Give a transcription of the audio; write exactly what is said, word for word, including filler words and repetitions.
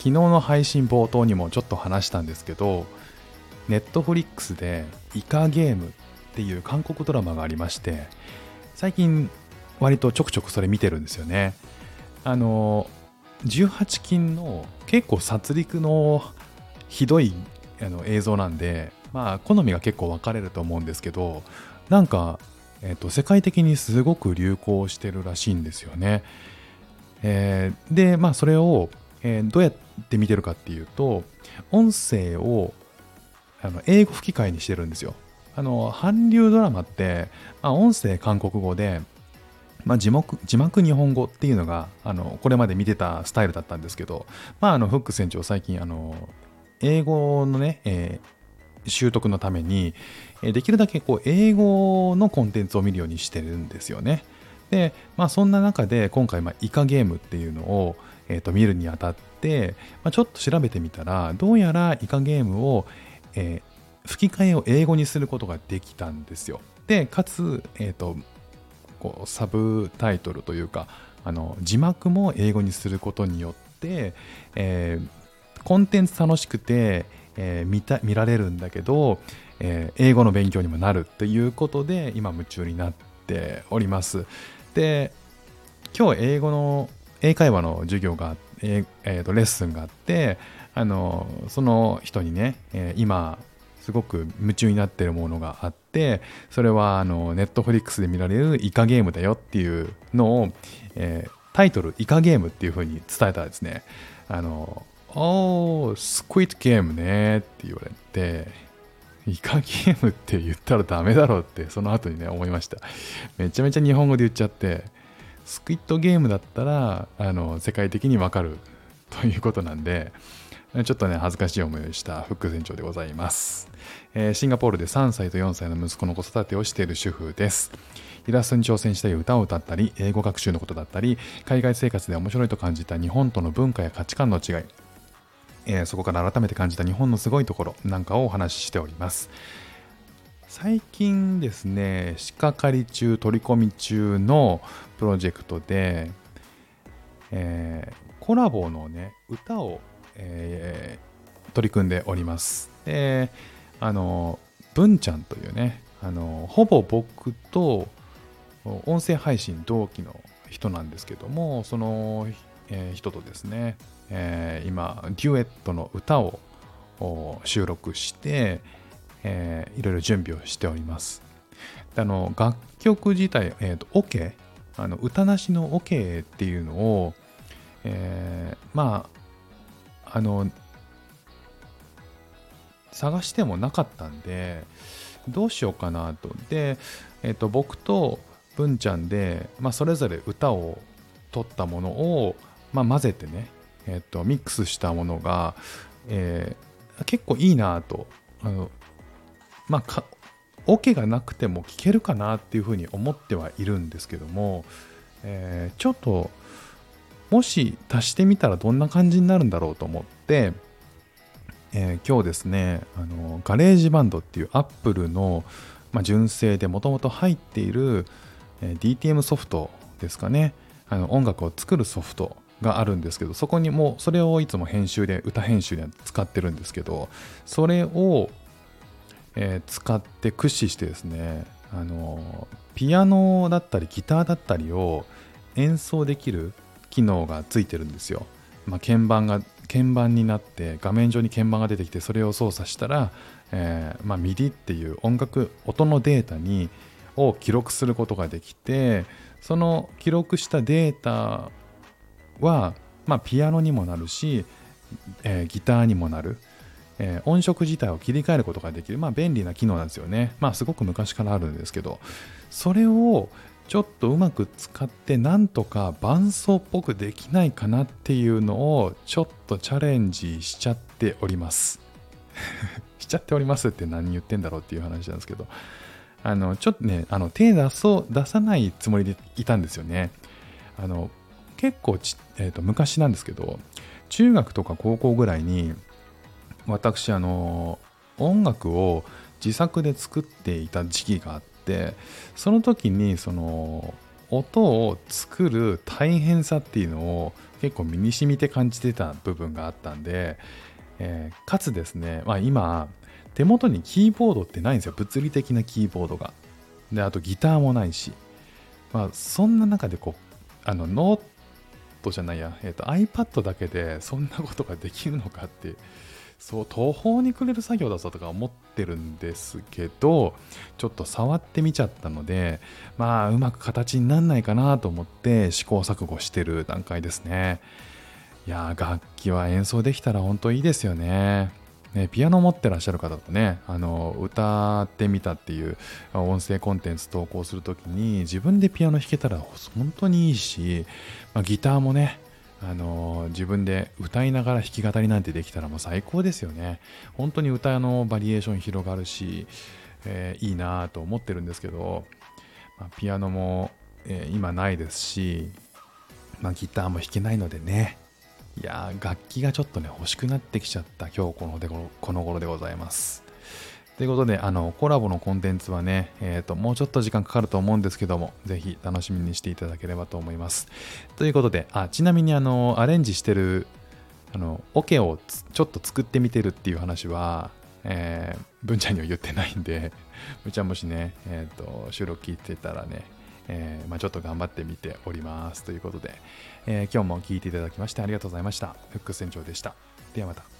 昨日の配信冒頭にもちょっと話したんですけど、ネットフリックスでイカゲームっていう韓国ドラマがありまして、最近割とちょくちょくそれ見てるんですよね。あのじゅうはち禁の結構殺戮のひどいあの映像なんで、まあ好みが結構分かれると思うんですけど、なんか、えーと、世界的にすごく流行してるらしいんですよね。えーでまあそれを、えーどうやって見てるかっていうと、音声をあの英語吹き替えにしてるんですよ。あの韓流ドラマって、まあ、音声韓国語で、まあ、字幕字幕日本語っていうのがあのこれまで見てたスタイルだったんですけど、まあ、あのフック船長最近あの英語のね、えー習得のために、えーできるだけこう英語のコンテンツを見るようにしてるんですよね。で、まあ、そんな中で今回、まあ、イカゲームっていうのを、えーと見るにあたって、まあ、ちょっと調べてみたら、どうやらイカゲームを、えー吹き替えを英語にすることができたんですよ。で、かつ、えーとこうサブタイトルというか、あの字幕も英語にすることによって、えーコンテンツ楽しくて、えー見た見られるんだけど、えー英語の勉強にもなるっていうことで今夢中になっております。で、今日英語の英会話の授業が、えーえーとレッスンがあって、あのその人にね、えー今すごく夢中になっているものがあって、それはあのネットフリックスで見られるイカゲームだよっていうのを、えータイトルイカゲームっていう風に伝えたらですね、あのおースクイッドゲームねって言われて、イカゲームって言ったらダメだろうってその後にね思いました。めちゃめちゃ日本語で言っちゃって、スクイッドゲームだったらあの世界的にわかるということなんで、ちょっとね恥ずかしい思いをしたフック船長でございます。えーシンガポールでさんさいとよんさいの息子の子育てをしている主婦です。イラストに挑戦したり歌を歌ったり、英語学習のことだったり、海外生活で面白いと感じた日本との文化や価値観の違い、えーそこから改めて感じた日本のすごいところなんかをお話ししております。最近ですね、仕掛かり中、取り込み中のプロジェクトで、えーコラボのね、歌を、えー取り組んでおります。で、あの、文ちゃんというね、あの、ほぼ僕と音声配信同期の人なんですけども、その、えー人とですね、えー今、デュエットの歌をお収録して、えーいろいろ準備をしております。で、あの楽曲自体、えーと、オケ、あの歌なしのオケっていうのを、えーまあ、あの、探してもなかったんで、どうしようかなと。で、えーと、僕と文ちゃんで、まあ、それぞれ歌を取ったものを、まあ、混ぜてね、えーと、ミックスしたものが、えー結構いいなと。あのまあ、かオケがなくても聴けるかなっていうふうに思ってはいるんですけども、えーちょっともし足してみたらどんな感じになるんだろうと思って、えー今日ですね、あのガレージバンドっていうアップルの、まあ、純正でもともと入っている、えー ディーティーエム ソフトですかね、あの音楽を作るソフトがあるんですけど、そこにもそれをいつも編集で歌編集で使ってるんですけど、それをえー使って駆使してですね、あのピアノだったりギターだったりを演奏できる機能がついてるんですよ。まあ、鍵盤が鍵盤になって画面上に鍵盤が出てきて、それを操作したら、えーまあ、ミディ っていう音楽音のデータにを記録することができて、その記録したデータは、まあ、ピアノにもなるし、えーギターにもなる、えー音色自体を切り替えることができる、まあ、便利な機能なんですよね。まあ、すごく昔からあるんですけど、それをちょっとうまく使ってなんとか伴奏っぽくできないかなっていうのをちょっとチャレンジしちゃっておりますしちゃっておりますって何言ってんだろうっていう話なんですけど、あのちょっとね、あの手出そう出さないつもりでいたんですよね。あの結構ち、えーと昔なんですけど、中学とか高校ぐらいに私、あの音楽を自作で作っていた時期があって、その時にその音を作る大変さっていうのを結構身に染みて感じてた部分があったんで、えーかつですね、まあ、今手元にキーボードってないんですよ。物理的なキーボードが。で、あとギターもないし、まあ、そんな中でこうあのノートじゃないや、えーと iPad だけでそんなことができるのかって、そう途方に暮れる作業だぞとか思ってるんですけど、ちょっと触ってみちゃったので、まあうまく形になんないかなと思って試行錯誤してる段階ですね。いやー、楽器は演奏できたら本当いいですよね。ね、ピアノ持ってらっしゃる方とね、あの歌ってみたっていう音声コンテンツ投稿するときに自分でピアノ弾けたら本当にいいし、まあ、ギターもね、あの自分で歌いながら弾き語りなんてできたらもう最高ですよね。本当に歌のバリエーション広がるし、えーいいなと思ってるんですけど、まあ、ピアノも、えー今ないですし、まあ、ギターも弾けないのでね。いやー、楽器がちょっとね欲しくなってきちゃった今日このでこのこの頃でございます。ということで、あのコラボのコンテンツはね、えーと、もうちょっと時間かかると思うんですけども、ぜひ楽しみにしていただければと思います。ということで、あちなみにあのアレンジしてるあのオケをちょっと作ってみてるっていう話は、えー、文ちゃんには言ってないんで、文ちゃんもしね、えーと、収録聞いてたらね、えーまあ、ちょっと頑張ってみておりますということで、えー今日も聞いていただきましてありがとうございました。フック船長でした。ではまた。